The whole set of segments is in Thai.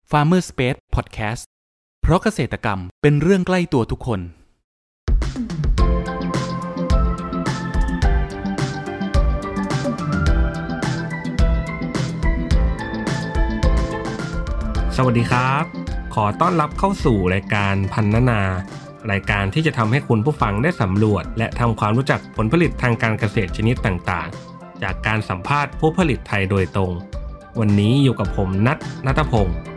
Farmer Space Podcast เพราะเกษตรกรรมเป็นเรื่องใกล้ตัวทุกคนสวัสดีครับขอต้อนรับเข้าสู่รายการพันนารายการที่จะทำให้คุณผู้ฟังได้สำรวจและทำความรู้จักผลผลิตทางการเกษตรชนิดต่างๆจากการสัมภาษณ์ผู้ผลิตไทยโดยตรงวันนี้อยู่กับผมณัฐพงศ์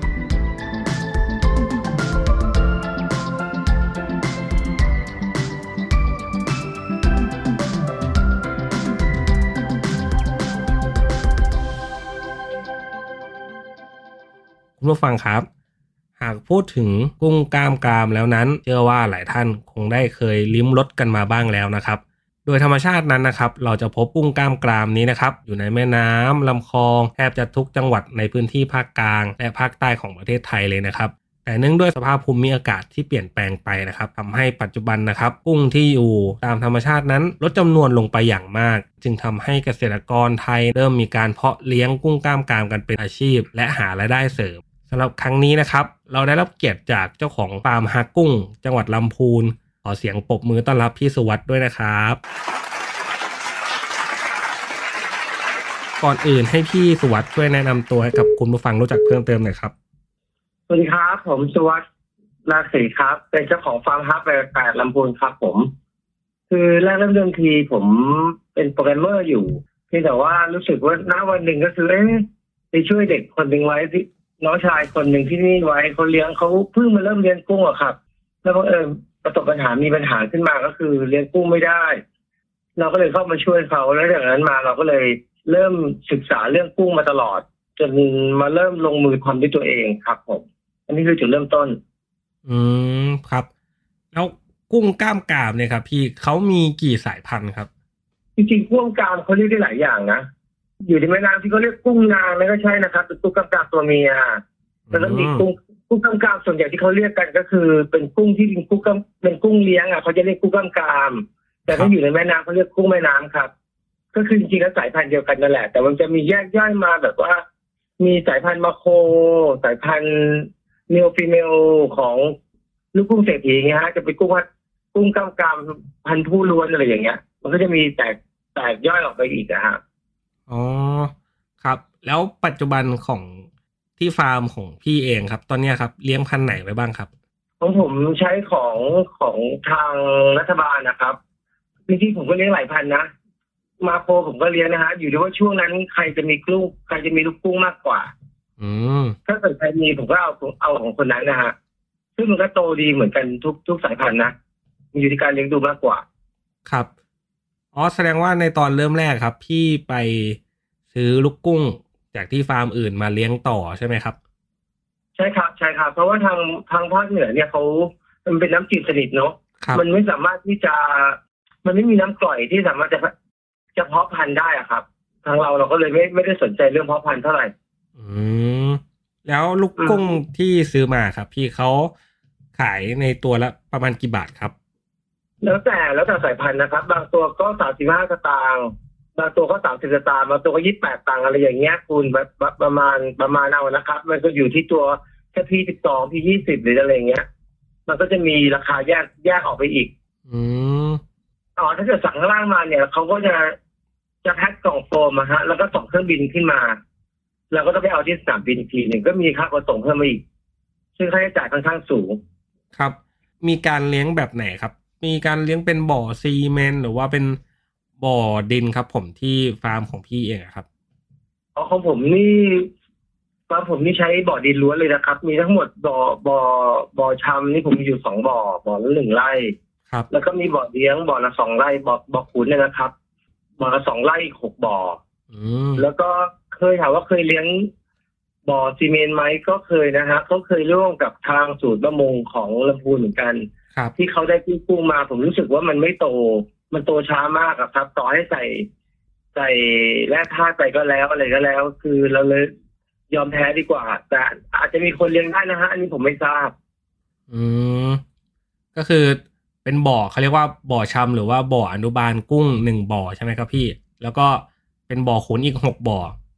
คุณผู้ฟังครับหากพูดถึงกุ้งกล้ามกรามแล้วนั้นเชื่อว่าหลายท่านคงได้เคยลิ้มรสกันมาบ้างแล้วนะครับโดยธรรมชาตินั้นนะครับเราจะพบกุ้งกล้ามกรามนี้นะครับอยู่ในแม่น้ำลำคลองแทบจะทุกจังหวัดในพื้นที่ภาคกลางและภาคใต้ของประเทศไทยเลยนะครับแต่เนื่องด้วยสภาพภูมิอากาศที่เปลี่ยนแปลงไปนะครับทำให้ปัจจุบันนะครับกุ้งที่อยู่ตามธรรมชาตินั้นลดจำนวนลงไปอย่างมากจึงทำให้เกษตรกรไทยเริ่มมีการเพาะเลี้ยงกุ้งกล้ามกรามกันเป็นอาชีพและหารายได้เสริมสำหรับครั้งนี้นะครับเราได้รับเกียรติจากเจ้าของฟาร์มฮักกุ้งจังหวัดลำพูนขอเสียงปรบมือต้อนรับพี่สุวัฒน์ด้วยนะครับก่อนอื่นให้พี่สุวัฒน์ช่วยแนะนำตัวให้กับคุณผู้ฟังรู้จักเพิ่มเติมหน่อยครับสวัสดีครับผมสุวัฒน์ราศีครับเป็นเจ้าของฟาร์มฮัก88ลำพูนครับผมคือแรกเริ่มเดิมทีผมเป็นโปรแกรมเมอร์อยู่เพียงแต่ว่ารู้สึกว่าณวันหนึ่งก็คือไปช่วยเด็กคนหนึ่งไว้ที่น้องชายคนหนึ่งที่นี่ไว้เขาเลี้ยงเขาเพิ่งมาเริ่มเลี้ยงกุ้งอะครับแล้วก็ประสบปัญหามีปัญหาขึ้นมาก็คือเลี้ยงกุ้งไม่ได้เราก็เลยเข้ามาช่วยเขาแล้วจากนั้นมาเราก็เลยเริ่มศึกษาเรื่องกุ้งมาตลอดจนมาเริ่มลงมือทำด้วยตัวเองครับผมอันนี้คือจุดเริ่มต้นครับแล้วกุ้งกล้ามกรามเนี่ยครับพี่เขามีกี่สายพันธุ์ครับจริงๆกุ้งกล้ามเขาเรียกได้หลายอย่างนะอยู่ในแม่น้ำที่เขาเรียกกุ้งนางนั่นก็ใช่นะครับเป็นกุ้งกล้ามกรามตัวเมียแล้วก็มีกุ้งกล้ามกรามส่วนใหญ่ที่เขาเรียกกันก็คือเป็นกุ้งที่เป็นกุ้งเลี้ยงเขาจะเรียกกุ้งกล้ามกรามแต่ถ้าอยู่ในแม่น้ำเขาเรียกกุ้งแม่น้ำครับก็คือจริงๆแล้วสายพันธุ์เดียวกันนั่นแหละแต่มันจะมีแยกย่อยมาแบบว่ามีสายพันธุ์มาโคสายพันธุ์เมลฟีเมลของลูกกุ้งเศรษฐีเงี้ยฮะจะเป็นกุ้งกล้ามกรามพันธุ์ผู้ล้วนอะไรอย่างเงี้ยมันก็จะมีแตกย่อยออกไปอีกนะฮะอ๋อครับแล้วปัจจุบันของที่ฟาร์มของพี่เองครับตอนนี้ครับเลี้ยงพันธุ์ไหนไว้บ้างครับของผมใช้ของทางรัฐบาลนะครับจริงๆผมก็เลี้ยงหลายพันธุ์นะมาโคผมก็เลี้ยงนะฮะอยู่ที่ว่าช่วงนั้นใครจะมีลูกกุ้งมากกว่าถ้าเกิดใครมีผมก็เอาของคนนั้นนะฮะซึ่งมันก็โตดีเหมือนกันทุกสายพันธุ์นะมีอยู่ที่การเลี้ยงดูมากกว่าครับอ๋อแสดงว่าในตอนเริ่มแรกครับพี่ไปซื้อลูกกุ้งจากที่ฟาร์มอื่นมาเลี้ยงต่อใช่ไหมครับใช่ครับเพราะว่าทางภาคเหนือเนี่ยมันเป็นน้ำจืดสนิทเนาะมันไม่สามารถที่จะมันไม่มีน้ำกร่อยที่สามารถจะเพาะพันธุ์ได้อะครับทางเราก็เลยไม่ได้สนใจเรื่องเพาะพันธุ์เท่าไหร่แล้วลูกกุ้งที่ซื้อมาครับพี่เขาขายในตัวละประมาณกี่บาทครับแล้วแต่สายพันธุ์นะครับบางตัวก็35 สตางค์บางตัวก็30 สตางค์บางตัวก็28 ตังค์อะไรอย่างเงี้ยคุณแบบประมาณเอานะครับมันก็อยู่ที่ตัวแค่P12 P20หรืออะไรเงี้ยมันก็จะมีราคาแยกออกไปอีกถ้าเกิดสั่งข้างล่างมาเนี่ยเขาก็จะแพ็คกล่องโฟมฮะแล้วก็ส่งเครื่องบินขึ้นมาเราก็ต้องไปเอาที่สนามบินอีกทีหนึ่งก็มีค่าขนส่งเพิ่มมาอีกซึ่งค่าใช้จ่ายค่อนข้างสูงครับมีการเลี้ยงแบบไหนครับมีการเลี้ยงเป็นบ่อซีเมนต์หรือว่าเป็นบ่อดินครับผมที่ฟาร์มของพี่เองครับของผมนี่ฟาร์มผมนี่ใช้บ่อดินล้วนเลยนะครับมีทั้งหมดบ่อชำนี่ผมมีอยู่2 บ่อละ1 ไร่ครับแล้วก็มีบ่อเลี้ยงบ่อละ2 ไร่บ่อขุนเนี่ยนะครับบ่อละ2 ไร่อีก6 บ่อแล้วก็เคยถามว่าเคยเลี้ยงบ่อซีเมนต์ไหมก็เคยนะฮะก็เคยร่วมกับทางศูนย์ประมงของลำพูนเหมือนกันที่เขาได้กุ้งมาผมรู้สึกว่ามันไม่โตมันโตช้ามากครับต่อให้ใส่แร่ธาตุไปก็แล้วอะไรก็แล้วคือเราเลยยอมแพ้ดีกว่าแต่อาจจะมีคนเลี้ยงได้นะฮะอันนี้ผมไม่ทราบก็คือเป็นบ่อเขาเรียกว่าบ่อชำหรือว่าบ่ออนุบาลกุ้ง1 บ่อใช่ไหมครับพี่แล้วก็เป็นบ่อขุนอีก6 บ่อถ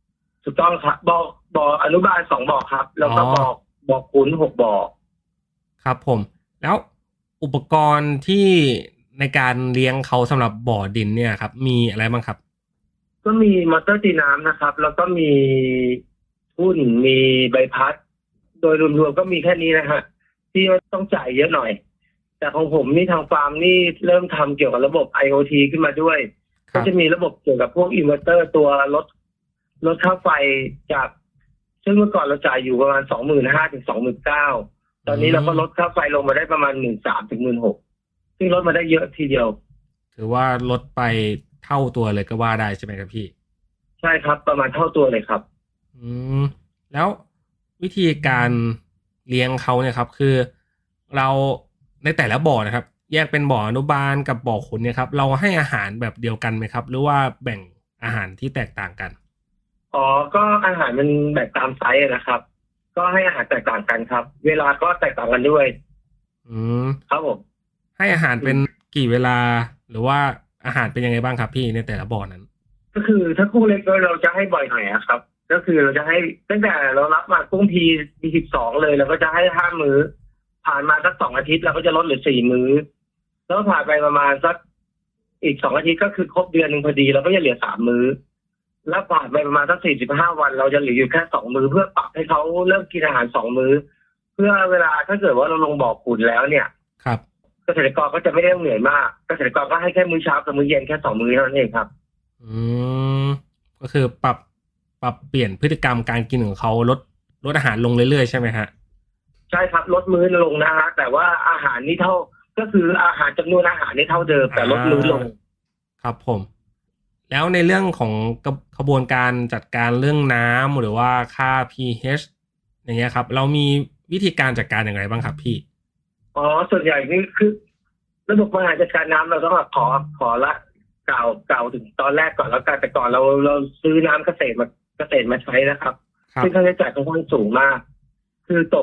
ถูกต้องครับบ่ออนุบาล2 บ่อครับแล้วก็บ่อขุน6 บ่อครับผมแล้วอุปกรณ์ที่ในการเลี้ยงเขาสำหรับบ่อดินเนี่ยครับมีอะไรบ้างครับก็มีมอเตอร์ตีน้ำนะครับแล้วก็มีทุ่นมีใบพัดโดยรวมๆก็มีแค่นี้นะฮะที่ต้องจ่ายเยอะหน่อยแต่ของผมนี่ทางฟาร์มนี่เริ่มทำเกี่ยวกับระบบ IoT ขึ้นมาด้วยก็จะมีระบบเกี่ยวกับพวกอินเวอร์เตอร์ตัวลดค่าไฟจากซึ่งเมื่อก่อนเราจ่ายอยู่ประมาณ 25,000 ถึง 29,000 ตอนนี้เราก็ลดค่าไฟลงมาได้ประมาณ 13,000 ถึง 16,000 ซึ่งลดมาได้เยอะทีเดียวถือว่าลดไปเท่าตัวเลยก็ว่าได้ใช่ไหมครับพี่ใช่ครับประมาณเท่าตัวเลยครับแล้ววิธีการเลี้ยงเขาเนี่ยครับคือเราในแต่ละบ่อนะครับแยกเป็นบ่ออนุบาลกับบ่อขุนเนี่ยครับเราให้อาหารแบบเดียวกันไหมครับหรือว่าแบ่งอาหารที่แตกต่างกันก็อาหารมันแบ่งตามไซส์นะครับก็ให้อาหารแตกต่างกันครับเวลาก็แตกต่างกันด้วยครับผมให้อาหารเป็นกี่เวลาหรือว่าอาหารเป็นยังไงบ้างครับพี่ในแต่ละบ่อนั้นก็คือถ้ากุ้งเล็กเราจะให้บ่อยหน่อยครับก็คือเราจะให้ตั้งแต่เรารับมากุ้งP12เลยเราก็จะให้5 มื้อผ่านมาสัก2 อาทิตย์เราก็จะลดเหลือ4 มื้อแล้วผ่านไปประมาณสักอีก2 อาทิตย์ก็คือครบเดือนนึงพอดีเราก็จะเหลือ3 มื้อแล้วผ่านไปประมาณสัก45 วันเราจะเหลืออยู่แค่2 มื้อเพื่อปรับให้เขาเริ่มกินอาหาร2 มื้อเพื่อเวลาถ้าเกิดว่าเราลงบ่อขุ่นแล้วเนี่ยครับเกษตรกรก็จะไม่ได้เหนื่อยมากเกษตรกรก็ให้แค่มื้อเช้ากับมื้อเย็นแค่2 มื้อเท่านั้นเองครับก็คือปรับเปลี่ยนพฤติกรรมการกินของเขาลดอาหารลงเรื่อยๆใช่ไหมฮะใช่ครับลดมื้อลงนะฮะแต่ว่าอาหารนี่เท่าก็คืออาหารจำนวนอาหารนี่เท่าเดิมแต่ลดมื้อลงครับผมแล้วในเรื่องของกระบวนการจัดการเรื่องน้ำหรือว่าค่า pH อย่างเงี้ยครับเรามีวิธีการจัดการอย่างไรบ้างครับพี่ส่วนใหญ่นี่คือระบบบริหารจัดการน้ำเราต้องขอละกล่าวถึงตอนแรกก่อนแล้วกันแต่ก่อนเราซื้อน้ำเกษตรมาใช้นะครับซึ่งค่าใช้จ่ายค่อนข้างสูงมากคือตก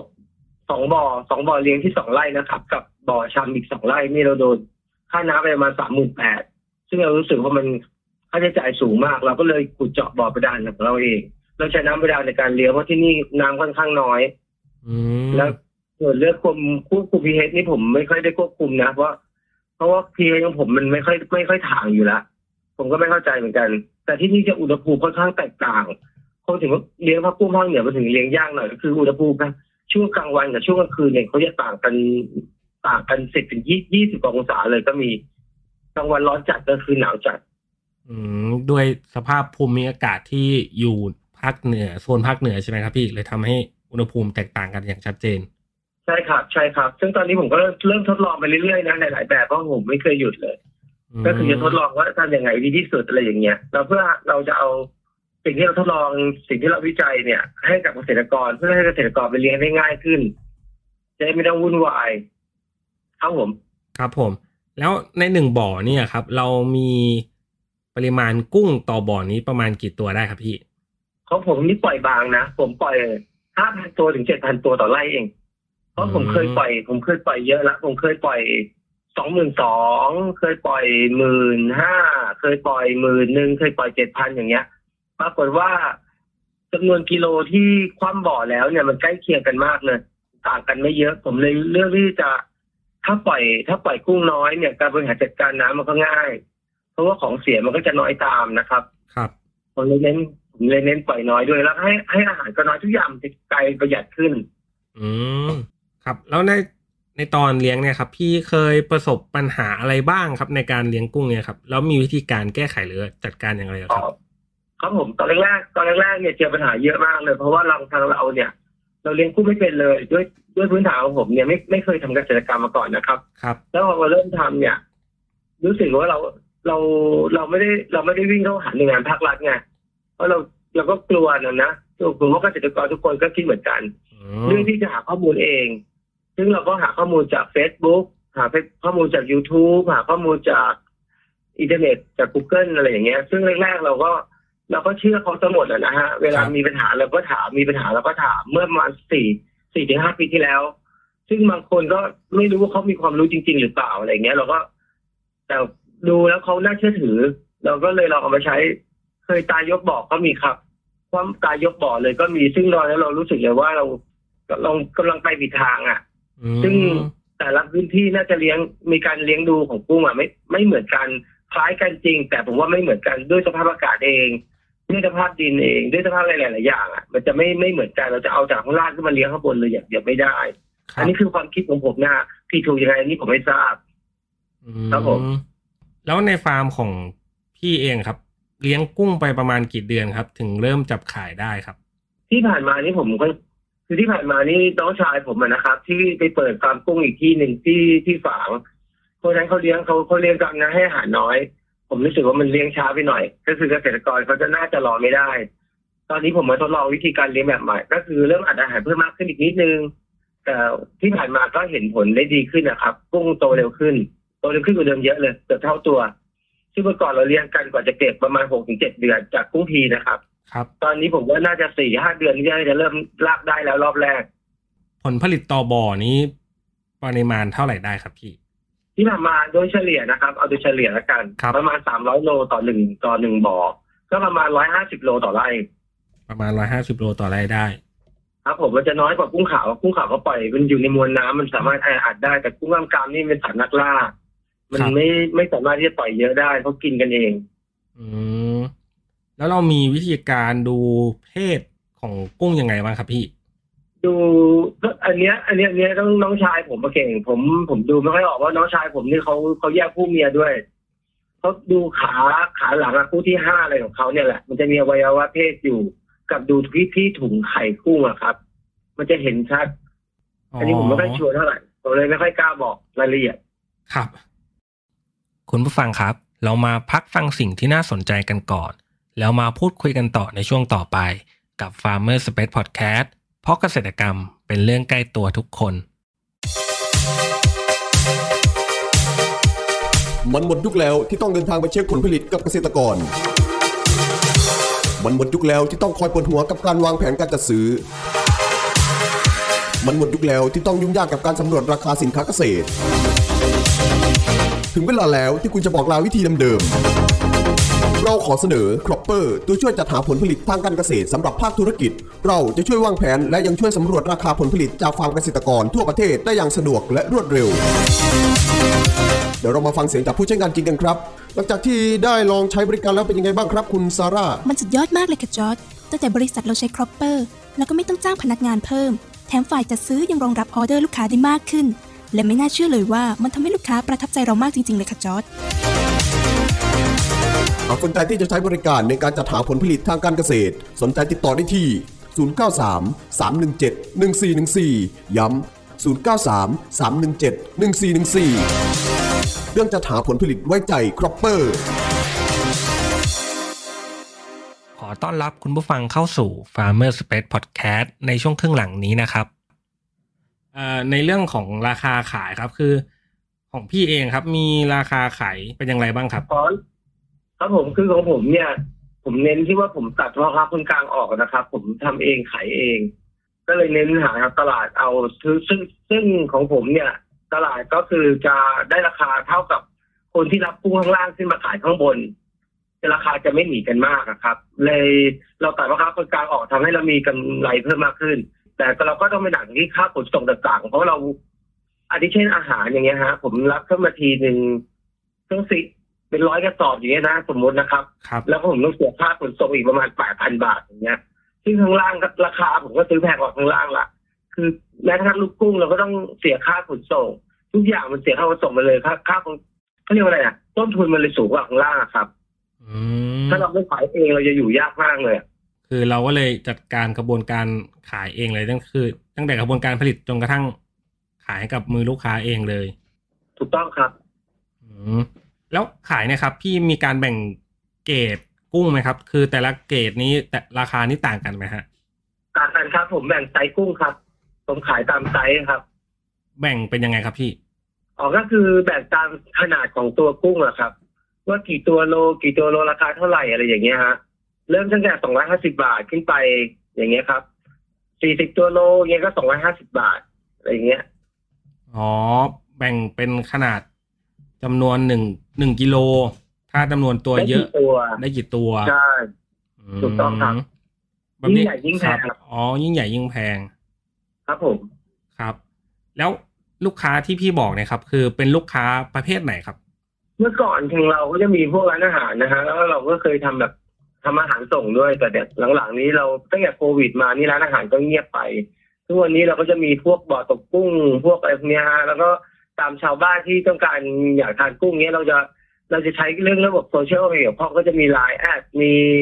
2 บ่อเลี้ยงที่2 ไร่นะครับกับบ่อชำอีก2 ไร่นี่เราโดนค่าน้ำไปประมาณ 38,000 ซึ่งเรารู้สึกว่ามันค่าใช้จ่ายสูงมากเราก็เลยขุดเจาะบ่อบาดาลของเราเองเราใช้น้ำบาดาลในการเลี้ยงเพราะที่นี่น้ำค่อนข้างน้อยแล้วส่วนเรื่องควบคุม pH นี่ผมไม่ค่อยได้ควบคุมนะเพราะว่า pH ของผมมันไม่ค่อยถ่างอยู่แล้วผมก็ไม่เข้าใจเหมือนกันแต่ที่นี่จะอุณหภูมิค่อนข้างแตกต่างคงถึงว่าเลี้ยงพักกุ้งภาคเหนือมันถึงเลี้ยงยากหน่อยก็คืออุณหภูมิช่วงกลางวันกับช่วงกลางคืนเนี่ยเขาจะต่างกัน10 ถึง 20 กว่าองศาเลยก็มีกลางวันร้อนจัดกลางคืนหนาวจัดด้วยสภาพภูมิอากาศที่อยู่ภาคเหนือโซนภาคเหนือใช่ไหมครับพี่เลยทำให้อุณหภูมิแตกต่างกันอย่างชัดเจนใช่ครับซึ่งตอนนี้ผมก็เริ่มทดลองไปเรื่อยๆนะในหลายแบบเพราะผมไม่เคยหยุดเลยก็คือจะทดลองว่าทำยังไงดีที่สุดอะไรอย่างเงี้ยแล้วเพื่อเราจะเอาสิ่งที่เราทดลองสิ่งที่เราวิจัยเนี่ยให้กับเกษตรกรเพื่อให้เกษตรกรไปเลี้ยงได้ง่ายขึ้นจะไม่ต้องวุ่นวายครับผมแล้วใน1 บ่อเนี่ยครับเรามีปริมาณกุ้งต่อบ่อนี้ประมาณกี่ตัวได้ครับพี่ของผมนี่ปล่อยบางนะผมปล่อย 5,000 ตัวถึง 7,000 ตัวต่อไร่เองเพราะผมเคยปล่อยเยอะแล้วผมเคยปล่อย 22,000 เคยปล่อย 15,000 เคยปล่อย 10,000 เคยปล่อย 7,000 อย่างเงี้ยปรากฏว่าจำนวนกิโลที่คว่ำบ่อแล้วเนี่ยมันใกล้เคียงกันมากเลยต่างกันไม่เยอะผมเลยเลือกที่จะถ้าปล่อยกุ้งน้อยเนี่ยการบริหารจัดการน้ำมันก็ง่ายเพราะว่าของเสียมันก็จะน้อยตามนะครับครับผมเลยเน้นปล่อยน้อยด้วยแล้วให้อาหารก็น้อยทุกอย่างจะกลายประหยัดขึ้นครับแล้วในตอนเลี้ยงเนี่ยครับพี่เคยประสบปัญหาอะไรบ้างครับในการเลี้ยงกุ้งเนี่ยครับแล้วมีวิธีการแก้ไขหรือจัดการอย่างไรครับผมตอนแรกเนี่ยเจอปัญหาเยอะมากเลยเพราะว่าทางเราเนี่ยเราเลี้ยงกุ้งไม่เป็นเลยด้วยพื้นฐานของผมเนี่ยไม่เคยทำเกษตรกรรมมาก่อนนะครับแล้วพอมาเริ่มทำเนี่ยรู้สึกว่าเราไม่ได้วิ่งเข้าหาหน่วยงานภาครัฐไงเพราะเราก็กลัวนะผมว่าเกษตรกรทุกคนก็คิดเหมือนกันเรื่องที่จะหาข้อมูลเองซึ่งเราก็หาข้อมูลจาก Facebook หาข้อมูลจาก YouTube หาข้อมูลจากอินเทอร์เน็ตจาก Google อะไรอย่างเงี้ยซึ่งแรกๆเราก็เชื่อเขาทั้งหมดนะฮะเวลามีปัญหาเราก็ถามมีปัญหาเราก็ถามเมื่อประมาณ4 ถึง 5 ปีที่แล้วซึ่งบางคนก็ไม่รู้ว่าเขามีความรู้จริงๆหรือเปล่าอะไรเงี้ยเราก็แต่ดูแล้วเขาน่าเชื่อถือเราก็เลยลองเอามาใช้เคยตายยกบอกก็มีครับความตายยกบ่อเลยก็มีซึ่งตอนนั้นเรารู้สึกเลยว่าเรากำลังไปผิดทางอ่ะซึ่งแต่ละพื้นที่น่าจะมีการเลี้ยงดูของกุ้งอ่ะไม่เหมือนกันคล้ายกันจริงแต่ผมว่าไม่เหมือนกันด้วยสภาพอากาศเองด้วยสภาพดินเองด้วยสภาพอะไรหลายๆอย่างอ่ะมันจะไม่เหมือนกันเราจะเอาจากข้างล่างขึ้นมาเลี้ยงข้างบนเลยอย่างไม่ได้อันนี้คือความคิดของผมนะพี่ถูกยังไงนี่ผมไม่ทราบครับผมแล้วในฟาร์มของพี่เองครับเลี้ยงกุ้งไปประมาณกี่เดือนครับถึงเริ่มจับขายได้ครับที่ผ่านมานี่ผมก็คือที่ผ่านมานี่น้องชายผมนะครับที่ไปเปิดฟาร์มกุ้งอีกที่หนึ่งที่ฝางเพราะฉะนั้นเขาเลี้ยงกันนะให้อาหารน้อยผมรู้สึกว่ามันเลี้ยงช้าไปหน่อยก็คือเกษตรกรเขาจะน่าจะรอไม่ได้ตอนนี้ผมมาทดลองวิธีการเลี้ยงแบบใหม่ก็คือเริ่มอัดอาหารเพิ่มมากขึ้นอีกนิดนึงแต่ที่ผ่านมาก็เห็นผลได้ดีขึ้นนะครับกุ้งโตเร็วขึ้นกว่าเดิมเยอะเลยเกือบเท่าตัวที่เมื่อก่อนเราเลี้ยงกันกว่าจะเก็บประมาณ 6-7 เดือนจากกุ้งพีนะครับตอนนี้ผมว่าน่าจะ 4-5 เดือนที่จะเริ่มลากได้แล้วรอบแรกผลผลิตต่อบ่อนี้ปริมาณเท่าไหร่ได้ครับพี่ที่ผ่านมาโดยเฉลี่ยนะครับเอาโดยเฉลี่ยแล้วกันประมาณ300โลต่อ1บ่อก็ประมาณ150โลต่อไร่ประมาณ150โลต่อไร่ได้ครับผมมันจะน้อยกว่ากุ้งขาวก็ปล่อยมันอยู่ในมวลน้ำมันสามารถอัดได้แต่กุ้งกล้ามนี่เป็นสัตว์นักล่ามันไม่สามารถที่จะปล่อยเยอะได้เพราะกินกันเองแล้วเรามีวิธีการดูเพศของกุ้งยังไงบ้างครับพี่ดูอันเนี้ยต้องน้องชายผมมาเก่งผมดูไม่ค่อยออกว่าน้องชายผมนี่เขาแยกผู้เมียด้วยเขาดูขาหลังคู่ที่5อะไรของเขาเนี่ยแหละมันจะมีอวัยวะเพศอยู่กับดูที่ถุงไข่กุ้งอะครับมันจะเห็นชัดอันนี้ผมไม่ค่อยชัวร์เท่าไหร่ผมเลยไม่ค่อยกล้าบอกรายละเอียดครับคุณผู้ฟังครับเรามาพักฟังสิ่งที่น่าสนใจกันก่อนแล้วมาพูดคุยกันต่อในช่วงต่อไปกับ Farmer Space Podcast เพราะเกษตรกรรมเป็นเรื่องใกล้ตัวทุกคนมันหมดยุคแล้วที่ต้องเดินทางไปเช็คผลผลิตกับเกษตรกรมันหมดยุคแล้วที่ต้องคอยปวดหัวกับการวางแผนการจัดซื้อมันหมดยุคแล้วที่ต้องยุ่งยากกับการสำรวจราคาสินค้าเกษตรถึงเวลาแล้วที่คุณจะบอกลาวิธีเดิมๆเราขอเสนอ Cropper ตัวช่วยจัดหาผลผลิตทางการเกษตรสำหรับภาคธุรกิจเราจะช่วยวางแผนและยังช่วยสำรวจราคาผลผลิตจากฟาร์มเกษตรกรทั่วประเทศได้อย่างสะดวกและรวดเร็วเดี๋ยวเรามาฟังเสียงจากผู้ใช้งานจริงกันครับหลังจากที่ได้ลองใช้บริการแล้วเป็นยังไงบ้างครับคุณซาร่ามันสุดยอดมากเลยค่ะจอร์จตั้งแต่บริษัทเราใช้ Cropper แล้วก็ไม่ต้องจ้างพนักงานเพิ่มแถมฝ่ายจัดซื้อยังรองรับออเดอร์ลูกค้าได้มากขึ้นและไม่น่าเชื่อเลยว่ามันทำให้ลูกค้าประทับใจเรามากจริงๆเลยค่ะจอร์จหากสนใจที่จะใช้บริการในการจัดหาผลผลิตทางการเกษตรสนใจติดต่อได้ที่093-317-1414ย้ำ093-317-1414เรื่องจัดหาผลผลิตไว้ใจ Cropper ขอต้อนรับคุณผู้ฟังเข้าสู่ Farmer Space Podcast ในช่วงครึ่งหลังนี้นะครับในเรื่องของราคาขายครับคือของพี่เองครับมีราคาขายเป็นอย่างไรบ้างครับครับผมคือของผมเนี่ยผมเน้นที่ว่าผมตัดราคาคนกลางออกนะครับผมทำเองขายเองก็เลยเน้นหาตลาดเอาซึ่งของผมเนี่ยตลาดก็คือจะได้ราคาเท่ากับคนที่รับกุ้งข้างล่างขึ้นมาขายข้างบนราคาจะไม่หนีกันมากครับเลยเราตัดราคาคนกลางออกทำให้เรามีกำไรเพิ่มมากขึ้นแต่เราก็ต้องไปหนักที่ค่าขนส่งต่างๆเพราะเราอาทิเช่นอาหารอย่างเงี้ยฮะผมรับเข้ามาทีนึงต้องเป็น100กระสอบอย่างเงี้ยนะสมมตินะครับแล้วก็ผมต้องเสียค่าขนส่งอีกประมาณ 8,000 บาทอย่างเงี้ยซึ่งข้างล่างก็ราคาผมก็ซื้อแพงกว่าข้างล่างละคือแม้กระทั่งลูกกุ้งเราก็ต้องเสียค่าขนส่งทุกอย่างมันเสียค่าขนส่งมาเลยค่าเขาเรียกว่าอะไรต้นทุนมันเลยสูงกว่าข้างล่างครับถ้าเราไม่ขายเองเราจะอยู่ยากมากเลยคือเราก็เลยจัดการกระบวนการขายเองเลยตั้งแต่กระบวนการผลิตจนกระทั่งขายให้กับมือลูกค้าเองเลยถูกต้องครับแล้วขายเนี่ยครับพี่มีการแบ่งเกรดกุ้งไหมครับคือแต่ละเกรดนี้แต่ราคานี่ต่างกันไหมฮะต่างกันครับผมแบ่งไซส์กุ้งครับผมขายตามไซส์ครับแบ่งเป็นยังไงครับพี่ก็คือแบ่งตามขนาดของตัวกุ้งอะครับว่ากี่ตัวโลราคาเท่าไหร่อะไรอย่างเงี้ยฮะเริ่มตั้งแต่250 บาทขึ้นไปอย่างเงี้ยครับ40ตัวโลเงี้ยก็250 บาทอะไรอย่างเงี้ยแบ่งเป็นขนาดจำนวน1กิโลถ้าจำนวนตัวเยอะได้กี่ตัวใช่ถูกต้องครับแบบนี้ยิ่งใหญ่ยิ่งแพงอ๋อยิ่งใหญ่ยิ่งแพงครับผมครับแล้วลูกค้าที่พี่บอกเนี่ยครับคือเป็นลูกค้าประเภทไหนครับเมื่อก่อนทางเราก็จะมีพวกร้านอาหารนะฮะแล้วเราก็เคยทำแบบทำอาหารส่งด้วยแต่เดี๋ยวหลังๆนี้เราตั้งแต่โควิดมานี่ร้านอาหารก็เงียบไปทุกวันนี้เราก็จะมีพวกบ่อตกกุ้งพวกอะไรพวกนี้ฮะแล้วก็ตามชาวบ้านที่ต้องการอยากทานกุ้งเนี้ยเราจะใช้เรื่องระบบโซเชียลมีเดียเพราะก็จะมี LINE แอดมี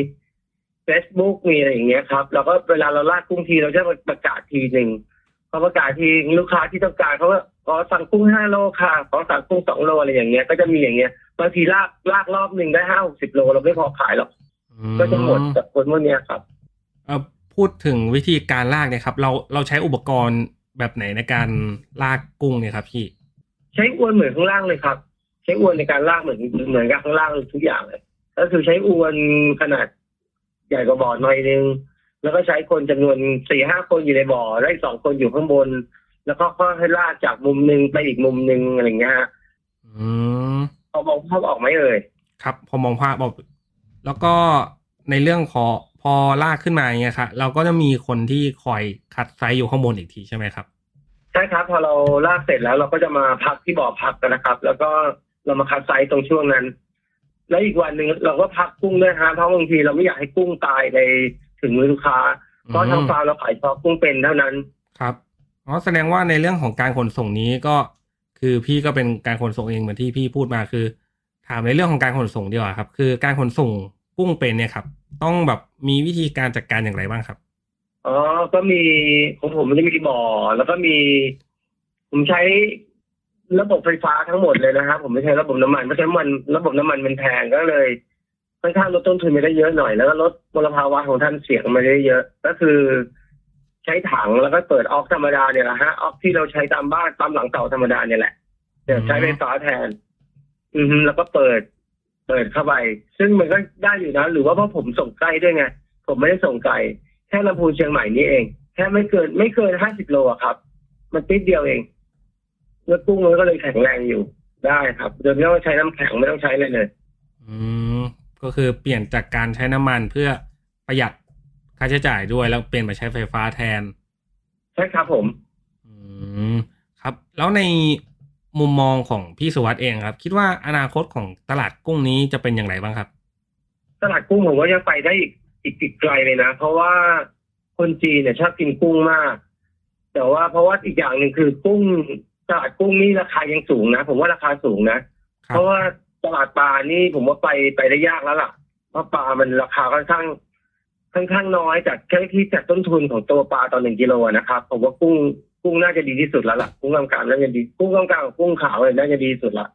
Facebook มีอะไรอย่างเงี้ยครับแล้วก็เวลาเราลากกุ้งทีเราจะประกาศทีนึงพอประกาศทีลูกค้าที่ต้องการเขาก็ขอสั่งกุ้ง5 โลค่ะขอสั่งกุ้ง2 โลอะไรอย่างเงี้ยก็จะมีอย่างเงี้ยบางทีลากรอบนึงได้50 โลเราไม่พอขายหรอกก็จะหมดจากคนพวกนี้ครับพูดถึงวิธีการลากเนี่ยครับเราใช้อุปกรณ์แบบไหนในการลากกุ้งเนี่ยครับพี่ใช้อวนเหมือนข้างล่างเลยครับใช้อวนในการลากเหมือนกับข้างล่างทุกอย่างเลยก็คือใช้อวนขนาดใหญ่กว่าบ่อหน่อยนึงแล้วก็ใช้คนจำนวน 4-5 คนอยู่ในบ่อแล้วอีก2 คนอยู่ข้างบนแล้วก็ค่อยๆลากจากมุมนึงไปอีกมุมนึงอะไรอย่างเงี้ยพอมองภาพออกไหมเอ่ยครับพอมองภาพออกแล้วก็ในเรื่องพอลากขึ้นมาอย่างเงี้ยครับเราก็จะมีคนที่คอยคัดไซส์อยู่ข้างบนอีกทีใช่ไหมครับใช่ครับพอเราลากเสร็จแล้วเราก็จะมาพักที่บ่อพักกันนะครับแล้วก็เรามาคัดไซส์ตรงช่วงนั้นแล้วอีกวันหนึ่งเราก็พักกุ้งด้วยฮะเพราะบางทีเราไม่อยากให้กุ้งตายในถึงมือลูกค้าเพราะทางฟาร์มเราขายเฉพาะกุ้งเป็นเท่านั้นครับอ๋อแสดงว่าในเรื่องของการขนส่งนี้ก็คือพี่ก็เป็นการขนส่งเองเหมือนที่พี่พูดมาคือถามในเรื่องของการขนส่งดีกว่าครับคือการขนส่งกุ้งเป็นเนี่ยครับต้องแบบมีวิธีการจัดการอย่างไรบ้างครับอ๋อก็มีของผมมันจะมีบ่อแล้วก็มีผมใช้ระบบไฟฟ้าทั้งหมดเลยนะครับผมไม่ใช้ระบบน้ำมันเพราะฉะนั้นระบบน้ำมันมันแพงก็เลยค่อนข้างลดต้นทุนไปได้เยอะหน่อยแล้วก็ลดมลภาวะของท่านเสียงมาได้เยอะก็คือใช้ถังแล้วก็เปิดออกธรรมดาเนี่ยแหละฮะออกที่เราใช้ตามบ้านตามหลังเต่าธรรมดาเนี่ยแหละเดี๋ยวใช้ไฟฟ้าแทนแล้วก็เปิดเข้าไปซึ่งมันก็ได้อยู่นะหรือว่าเพราะผมส่งใกล้ด้วยไงผมไม่ได้ส่งไกลแค่ลำพูนเชียงใหม่นี่เองแค่ไม่เกิน50 โลอะครับมันติดเดียวเองเนื้อกุ้งมันก็เลยแข็งแรงอยู่ได้ครับโดยไม่ต้องใช้น้ำแข็งไม่ต้องใช้เลยก็คือเปลี่ยนจากการใช้น้ำมันเพื่อประหยัดค่าใช้จ่ายด้วยแล้วเปลี่ยนมาใช้ไฟฟ้าแทนใช่ครับผมครับแล้วในมุมมองของพี่สุวัสด์เองครับคิดว่าอนาคตของตลาดกุ้งนี้จะเป็นอย่างไรบ้างครับตลาดกุ้งผมว่ายังไปได้อีกไกลเลยนะเพราะว่าคนจีนเนี่ยชอบกินกุ้งมากแต่ว่าเพราะว่าอีกอย่างหนึ่งคือกุ้งตลาดกุ้งนี่ราคายังสูงนะผมว่าราคาสูงนะเพราะว่าตลาดปลานี่ผมว่าไปได้ยากแล้วล่ะเพราะปลามันราคาค่อนข้างน้อยจากแค่ที่จากต้นทุนของตัวปลาต่อ1 กิโลนะครับผมว่ากุ้งน่าจะดีที่สุดแล้วล่ะกุ้งกลางๆน่าจะดีกุ้งกลางๆกับกุ้งขาวเลยน่าจะดีที่สุดละ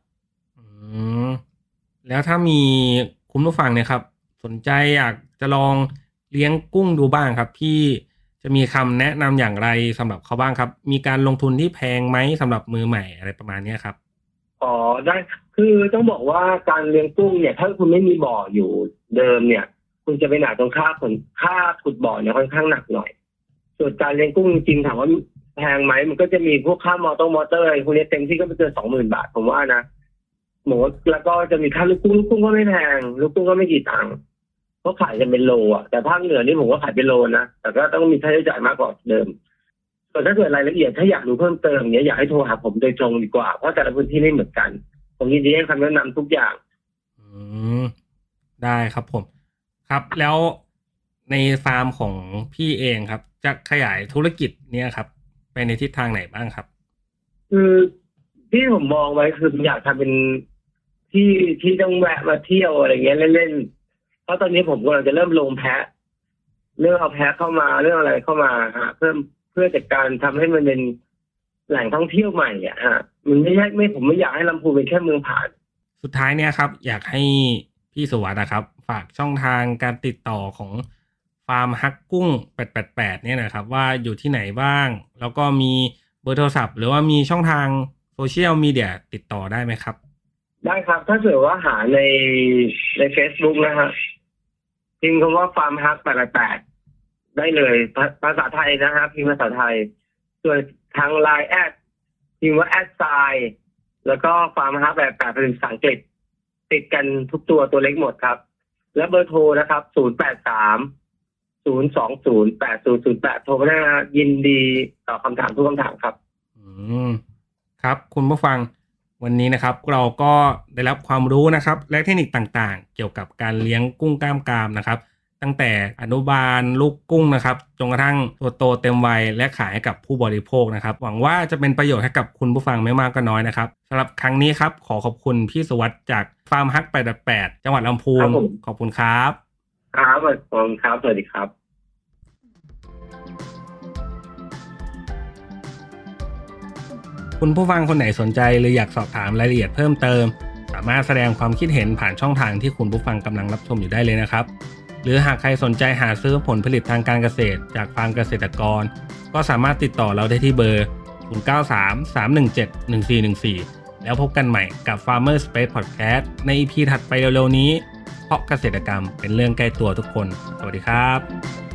แล้วถ้ามีคุณผู้ฟังเนี่ยครับสนใจอยากจะลองเลี้ยงกุ้งดูบ้างครับพี่จะมีคำแนะนำอย่างไรสำหรับเขาบ้างครับมีการลงทุนที่แพงไหมสำหรับมือใหม่อะไรประมาณนี้ครับอ๋อได้คือต้องบอกว่าการเลี้ยงกุ้งเนี่ยถ้าคุณไม่มีบ่ออยู่เดิมเนี่ยคุณจะไปหนักตรงค่าขุดบ่อเนี่ยค่อนข้างหนักหน่อยส่วนการเลี้ยงกุ้งจริงๆถามว่าแพงไหมมันก็จะมีพวกค่ามอเตอร์อะไรพวกนี้เต็มที่ก็ไม่เกิน 20,000 บาทผมว่านะหมูแล้วก็จะมีค่าลูกกุ้งก็ไม่แพงลูกกุ้งก็ไม่กี่ตังค์เพราะขายกันเป็นโลอ่ะแต่ภาคเหนือนี่ผมก็ขายเป็นโลนะแต่ก็ต้องมีค่าใช้จ่ายมากกว่าเดิมส่วนถ้าเกิดรายละเอียดถ้าอยากรู้เพิ่มเติมเนี้ยอยากให้โทรหาผมโดยตรงดีกว่าเพราะแต่ละพื้นที่ไม่เหมือนกันผมยินดีให้คำแนะนำทุกอย่างได้ครับผมครับแล้วในฟาร์มของพี่เองครับจะขยายธุรกิจเนี่ยครับไปในทิศทางไหนบ้างครับคือที่ผมมองไว้คืออยากทำเป็นที่ต้องแวะมาเที่ยวอะไรเงี้ยเล่นๆเพราะตอนนี้ผมกำลังจะเริ่มลงแพะเรื่องเอาแพะเข้ามาเรื่องอะไรเข้ามาฮะเพื่อจัดการทำให้มันเป็นแหล่งท่องเที่ยวใหม่อ่ะฮะมันไม่ผมไม่อยากให้ลำพูนเป็นแค่เมืองผ่านสุดท้ายเนี่ยครับอยากให้พี่สุวัสดิ์นะครับฝากช่องทางการติดต่อของฟาร์มฮักกุ้ง888เนี่ยนะครับว่าอยู่ที่ไหนบ้างแล้วก็มีเบอร์โทรศัพท์หรือว่ามีช่องทางโซเชียลมีเดียติดต่อได้ไหมครับได้ครับถ้าเกิดว่าหาใน Facebook นะฮะพิมพ์คำว่าฟาร์มฮัก888ได้เลยภาษาไทยนะฮะพิมพ์ภาษาไทยส่วนทาง LINE แอดพิมพ์ว่าแอดไซน์แล้วก็ฟาร์มฮัก88เป็นภาษาอังกฤษติดกันทุกตัวเล็กหมดครับและเบอร์โทรนะครับ083 0208008โทรมาได้ยินดีตอบคำถามทุกคำถามครับครับคุณผู้ฟังวันนี้นะครับเราก็ได้รับความรู้นะครับและเทคนิคต่างๆเกี่ยวกับการเลี้ยงกุ้งกล้ามกรามนะครับตั้งแต่อนุบาลลูกกุ้งนะครับจนกระทั่งตัวโตเต็มวัยและขายให้กับผู้บริโภคนะครับหวังว่าจะเป็นประโยชน์ให้กับคุณผู้ฟังไม่มากก็น้อยนะครับสำหรับครั้งนี้ครับขอบคุณพี่สุวัสดิ์จากฟาร์มฮัก888จังหวัดลำพูนขอบคุณครับครับขอบคุณครับสวัสดีครับคุณผู้ฟังคนไหนสนใจหรืออยากสอบถามรายละเอียดเพิ่มเติมสามารถแสดงความคิดเห็นผ่านช่องทางที่คุณผู้ฟังกำลังรับชมอยู่ได้เลยนะครับหรือหากใครสนใจหาซื้อผลผลิตทางการเกษตรจากฟาร์มเกษตรกรก็สามารถติดต่อเราได้ที่เบอร์ 0933171414 แล้วพบกันใหม่กับ Farmer Space Podcast ใน EP ถัดไปเร็วๆนี้เพราะเกษตรกรรมเป็นเรื่องใกล้ตัวทุกคนสวัสดีครับ